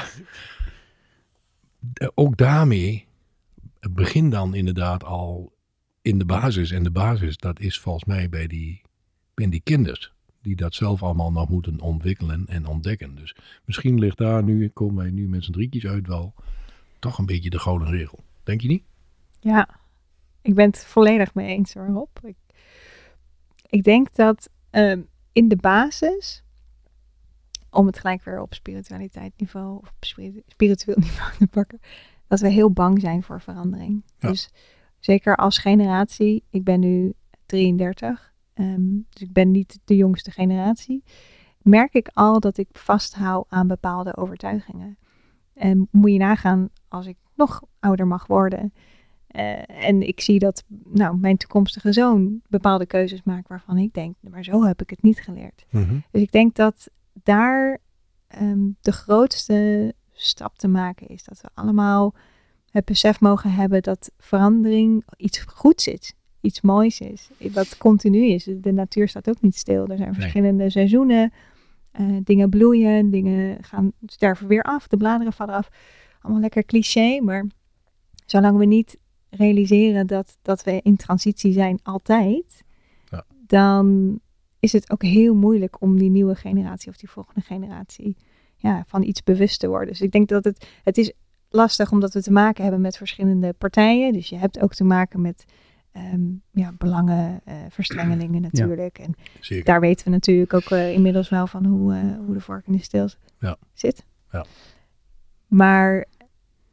Ook daarmee begin dan inderdaad al in de basis. En de basis, dat is volgens mij bij die, bij die kinders. Die dat zelf allemaal nog moeten ontwikkelen en ontdekken. Dus misschien ligt daar nu, komen wij nu met z'n drietjes uit wel, toch een beetje de gouden regel. Denk je niet? Ja, ik ben het volledig mee eens hoor, Rob. Ik, ik denk dat um, in de basis, om het gelijk weer op spiritualiteitsniveau of op spiritueel niveau te pakken, dat we heel bang zijn voor verandering. Ja. Dus zeker als generatie, ik ben nu drieëndertig, Um, dus ik ben niet de jongste generatie, merk ik al dat ik vasthoud aan bepaalde overtuigingen. En moet je nagaan als ik nog ouder mag worden. Uh, en ik zie dat nou, mijn toekomstige zoon bepaalde keuzes maakt waarvan ik denk, maar zo heb ik het niet geleerd. Mm-hmm. Dus ik denk dat daar um, de grootste stap te maken is. Dat we allemaal het besef mogen hebben dat verandering iets goeds is. Iets moois is, wat continu is. De natuur staat ook niet stil. Er zijn verschillende nee. seizoenen. Uh, dingen bloeien, dingen gaan sterven weer af. De bladeren vallen af. Allemaal lekker cliché, maar zolang we niet realiseren dat, dat we in transitie zijn altijd, ja. dan is het ook heel moeilijk om die nieuwe generatie of die volgende generatie ja, van iets bewust te worden. Dus ik denk dat het, het is lastig omdat we te maken hebben met verschillende partijen. Dus je hebt ook te maken met Um, ja, belangenverstrengelingen uh, natuurlijk. Ja, en zeker. Daar weten we natuurlijk ook uh, inmiddels wel van hoe, uh, hoe de vork in de steel ja. zit. Ja. Maar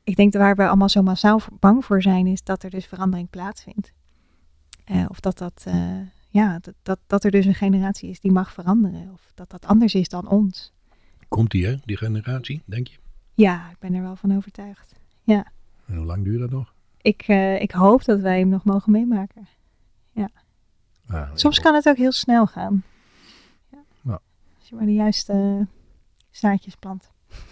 ik denk dat waar we allemaal zo massaal bang voor zijn, is dat er dus verandering plaatsvindt. Uh, of dat, dat, uh, ja, dat, dat, dat er dus een generatie is die mag veranderen. Of dat dat anders is dan ons. Komt die, hè, die generatie, denk je? Ja, ik ben er wel van overtuigd. Ja. En hoe lang duurt dat nog? Ik, uh, ik hoop dat wij hem nog mogen meemaken. Ja. Ah, Soms kan het ook heel snel gaan. Ja. Ja. Als je maar de juiste uh, zaadjes plant.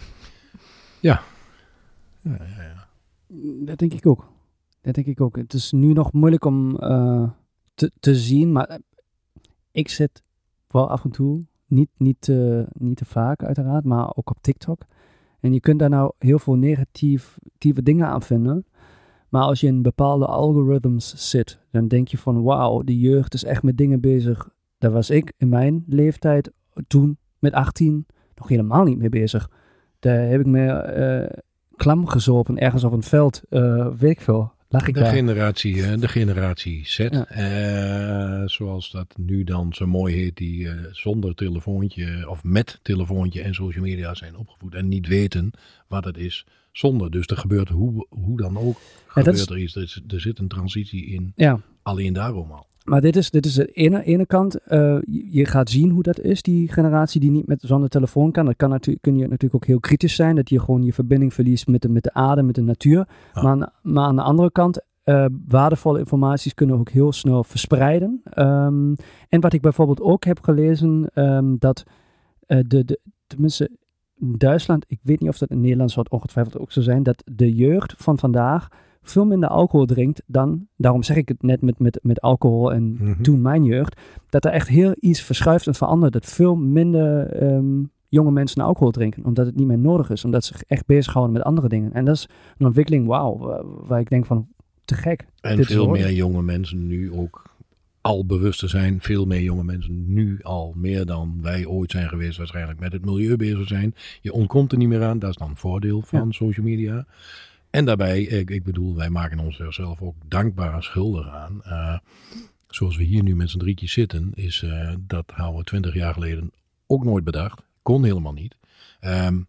Ja. Ja, ja, ja. Dat denk ik ook. Dat denk ik ook. Het is nu nog moeilijk om uh, te, te zien, maar ik zit wel af en toe, niet, niet, uh, niet te vaak uiteraard, maar ook op TikTok. En je kunt daar nou heel veel negatieve dingen aan vinden. Maar als je in bepaalde algoritmes zit, dan denk je van wauw, de jeugd is echt met dingen bezig. Daar was ik in mijn leeftijd toen met achttien nog helemaal niet mee bezig. Daar heb ik me uh, klam gezopen ergens op een veld, uh, weet ik veel. Lag ik de, daar. generatie, de generatie Z, ja. uh, zoals dat nu dan zo mooi heet, die uh, zonder telefoontje of met telefoontje en social media zijn opgevoed en niet weten wat het is zonder. Dus er gebeurt hoe, hoe dan ook, ja, gebeurt is, er iets. Er, er zit een transitie in, ja. alleen daarom al. Maar dit is, dit is de ene, ene kant. Uh, je gaat zien hoe dat is, die generatie die niet met zonder telefoon kan. Dat kan natuurlijk, kun je natuurlijk ook heel kritisch zijn. Dat je gewoon je verbinding verliest met de, met de aarde, met de natuur. Ah. Maar, aan, maar aan de andere kant, uh, waardevolle informaties kunnen ook heel snel verspreiden. Um, en wat ik bijvoorbeeld ook heb gelezen, um, dat uh, de, de, tenminste in Duitsland, ik weet niet of dat in Nederland zou het ongetwijfeld ook zo zijn, dat de jeugd van vandaag veel minder alcohol drinkt dan, daarom zeg ik het net met, met, met alcohol en mm-hmm. toen mijn jeugd, dat er echt heel iets verschuift en verandert. Dat veel minder um, jonge mensen alcohol drinken, omdat het niet meer nodig is, omdat ze zich echt bezighouden met andere dingen. En dat is een ontwikkeling, wauw, waar, waar ik denk van, te gek. En Dit veel meer jonge mensen nu ook al bewuster zijn, veel meer jonge mensen nu al meer dan wij ooit zijn geweest waarschijnlijk met het milieu bezig zijn. Je ontkomt er niet meer aan, dat is dan een voordeel van ja. social media. En daarbij, ik, ik bedoel, wij maken ons er zelf ook dankbaar en schuldig aan. Uh, zoals we hier nu met z'n drietjes zitten, is uh, dat hadden we twintig jaar geleden ook nooit bedacht. Kon helemaal niet. Um,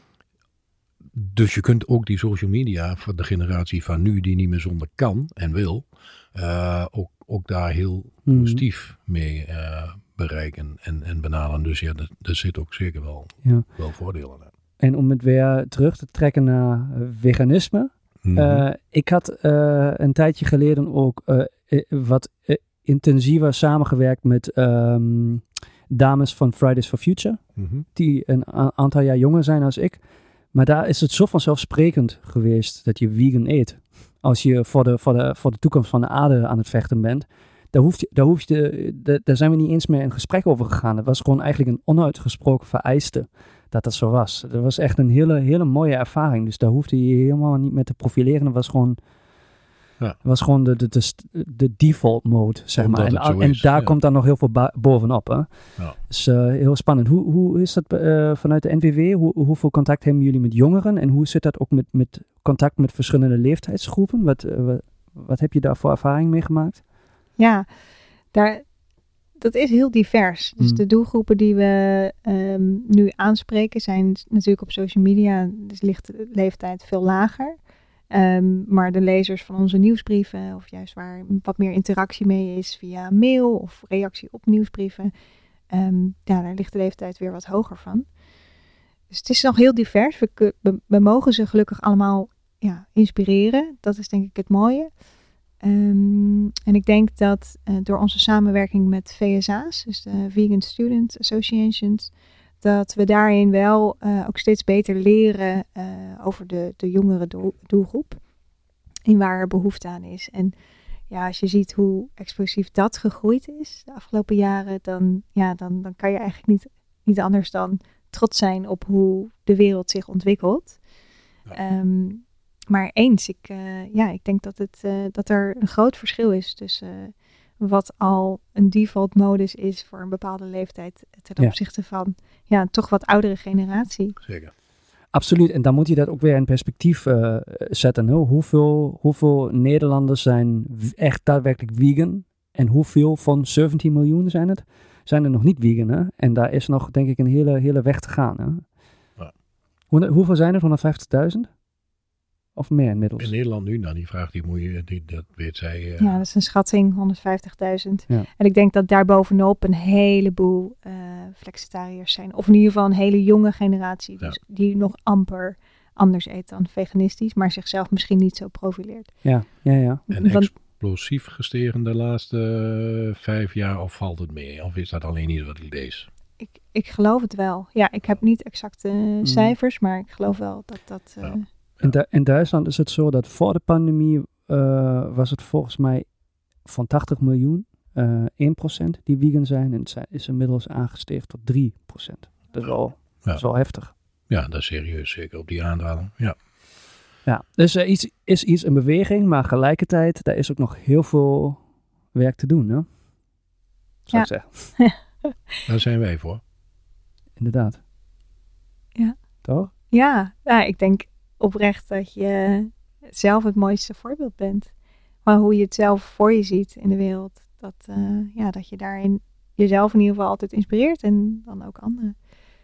dus je kunt ook die social media voor de generatie van nu, die niet meer zonder kan en wil, uh, ook, ook daar heel mm. positief mee uh, bereiken en, en benaderen. Dus ja, er zit ook zeker wel, ja. wel voordelen aan. En om het weer terug te trekken naar veganisme. Mm-hmm. Uh, ik had uh, een tijdje geleden ook uh, wat uh, intensiever samengewerkt met um, dames van Fridays for Future. Mm-hmm. Die een a- aantal jaar jonger zijn als ik. Maar daar is het zo vanzelfsprekend geweest dat je vegan eet. Als je voor de, voor de, voor de toekomst van de aarde aan het vechten bent. Daar, hoeft je, daar, hoeft je, daar, daar zijn we niet eens meer in gesprek over gegaan. Dat was gewoon eigenlijk een onuitgesproken vereiste dat dat zo was. Dat was echt een hele, hele mooie ervaring. Dus daar hoefde je helemaal niet meer te profileren. Dat was gewoon, ja. was gewoon de, de, de, de default mode, zeg Omdat maar. En, en en daar ja. komt dan nog heel veel ba- bovenop. Hè? Ja. Dus uh, heel spannend. Hoe, hoe is dat uh, vanuit de N V W? Hoe, hoeveel contact hebben jullie met jongeren? En hoe zit dat ook met, met contact met verschillende leeftijdsgroepen? Wat, uh, wat, wat heb je daar voor ervaring mee gemaakt? Ja, daar... Dat is heel divers. Dus mm. de doelgroepen die we um, nu aanspreken zijn natuurlijk op social media. Dus ligt de leeftijd veel lager. Um, maar de lezers van onze nieuwsbrieven, of juist waar wat meer interactie mee is via mail of reactie op nieuwsbrieven. Um, ja, daar ligt de leeftijd weer wat hoger van. Dus het is nog heel divers. We, we, we mogen ze gelukkig allemaal ja, inspireren. Dat is denk ik het mooie. Um, en ik denk dat uh, door onze samenwerking met V S A's, dus de Vegan Student Associations, dat we daarin wel uh, ook steeds beter leren uh, over de, de jongere doel, doelgroep. En waar er behoefte aan is. En ja, als je ziet hoe explosief dat gegroeid is de afgelopen jaren, dan, ja, dan, dan kan je eigenlijk niet, niet anders dan trots zijn op hoe de wereld zich ontwikkelt. Ja. Um, Maar eens, ik, uh, ja, ik denk dat, het, uh, dat er een groot verschil is tussen uh, wat al een default modus is voor een bepaalde leeftijd ten opzichte ja. van ja, een toch wat oudere generatie. Zeker. Absoluut, en dan moet je dat ook weer in perspectief uh, zetten. Hè? Hoeveel, hoeveel Nederlanders zijn echt daadwerkelijk vegan en hoeveel van zeventien miljoen zijn het, zijn er nog niet vegan. Hè? En daar is nog denk ik een hele, hele weg te gaan. Hè? Ja. Hoe, hoeveel zijn er? honderdvijftigduizend? Of meer inmiddels? In Nederland nu, nou die vraag die moet je, die, dat weet zij. Uh, Ja, dat is een schatting, honderdvijftigduizend. Ja. En ik denk dat daarbovenop een heleboel uh, flexitariërs zijn. Of in ieder geval een hele jonge generatie. Dus ja. Die nog amper anders eet dan veganistisch. Maar zichzelf misschien niet zo profileert. Ja, ja, ja. En explosief gestegen de laatste uh, vijf jaar of valt het mee? Of is dat alleen iets wat ik lees? Ik, ik geloof het wel. Ja, ik heb niet exacte mm. cijfers. Maar ik geloof wel dat dat... Uh, ja. In, du- in Duitsland is het zo dat voor de pandemie uh, was het volgens mij van tachtig miljoen uh, één procent die vegan zijn. En het is inmiddels aangestegen tot drie procent. Dat is wel, ja. dat is wel heftig. Ja, dat is serieus, zeker op die aandaling. Ja. Ja, dus er iets, is iets in beweging, maar tegelijkertijd, daar is ook nog heel veel werk te doen, hè? Zou ja. ik zeggen. Daar zijn wij voor. Inderdaad. Ja. Toch? Ja, ja, ik denk oprecht dat je zelf het mooiste voorbeeld bent. Maar hoe je het zelf voor je ziet in de wereld. Dat, uh, ja, dat je daarin jezelf in ieder geval altijd inspireert. En dan ook anderen.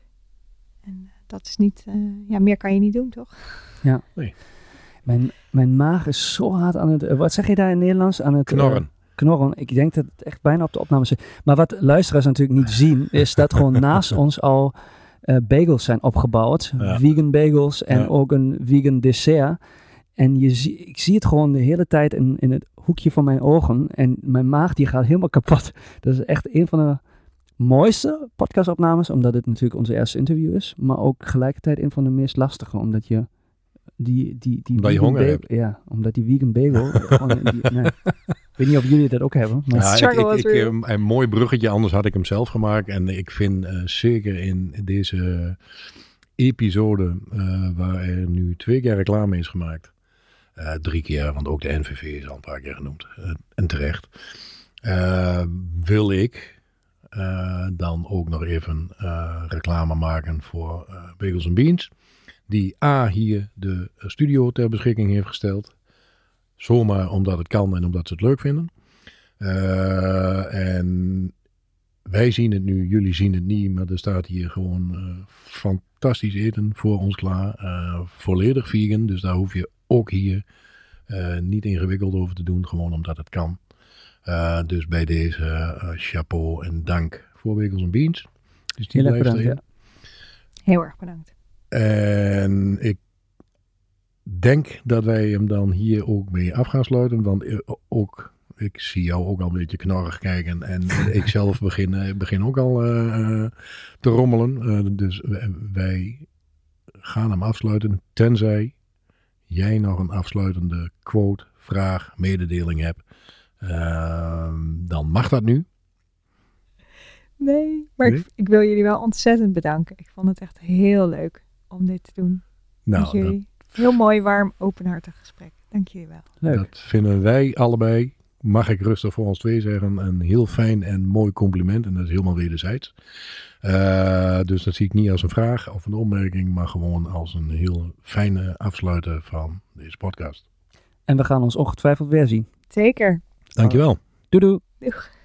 En uh, dat is niet... Uh, ja, meer kan je niet doen, toch? Ja. Nee. Mijn, mijn maag is zo hard aan het... Uh, wat zeg je daar in het Nederlands? Aan het knorren. Uh, knorren. Ik denk dat het echt bijna op de opname zit. Maar wat luisteraars natuurlijk niet zien... is dat gewoon naast ons al... Uh, bagels zijn opgebouwd, ja. vegan bagels en ja. ook een vegan dessert. En je zie, ik zie het gewoon de hele tijd in, in het hoekje van mijn ogen. En mijn maag die gaat helemaal kapot. Dat is echt een van de mooiste podcastopnames, omdat het natuurlijk onze eerste interview is. Maar ook gelijkertijd een van de meest lastige, omdat je die... die, die omdat je honger bagel, hebt. Ja, omdat die vegan bagel... gewoon, die, nee. Ik weet niet of jullie dat ook hebben. Maar... Ja, ik, ik, ik, een, een mooi bruggetje, anders had ik hem zelf gemaakt. En ik vind uh, zeker in deze episode, uh, waar er nu twee keer reclame is gemaakt. Uh, drie keer, want ook de N V V is al een paar keer genoemd. Uh, en terecht. Uh, wil ik uh, dan ook nog even uh, reclame maken voor uh, Bagels and Beans. Die A, hier de studio ter beschikking heeft gesteld. Zomaar omdat het kan en omdat ze het leuk vinden. Uh, en wij zien het nu, jullie zien het niet, maar er staat hier gewoon uh, fantastisch eten voor ons klaar. Uh, volledig vegan, dus daar hoef je ook hier uh, niet ingewikkeld over te doen, gewoon omdat het kan. Uh, dus bij deze uh, chapeau en dank voor Bagels and Beans. Dus die Heel erg bedankt, ja. Heel erg bedankt. En ik denk dat wij hem dan hier ook mee af gaan sluiten. Want ook, ik zie jou ook al een beetje knorrig kijken. En ik zelf begin, begin ook al uh, te rommelen. Uh, dus wij gaan hem afsluiten. Tenzij jij nog een afsluitende quote, vraag, mededeling hebt. Uh, dan mag dat nu. Nee, maar nee? Ik, ik wil jullie wel ontzettend bedanken. Ik vond het echt heel leuk om dit te doen. Nou, met jullie. Dat... Heel mooi, warm, openhartig gesprek. Dank jullie wel. Leuk. Dat vinden wij allebei, mag ik rustig voor ons twee zeggen, een heel fijn en mooi compliment. En dat is helemaal wederzijds. Uh, dus dat zie ik niet als een vraag of een opmerking, maar gewoon als een heel fijne afsluiten van deze podcast. En we gaan ons ongetwijfeld weer zien. Zeker. Dankjewel. Doei doei. Doeg.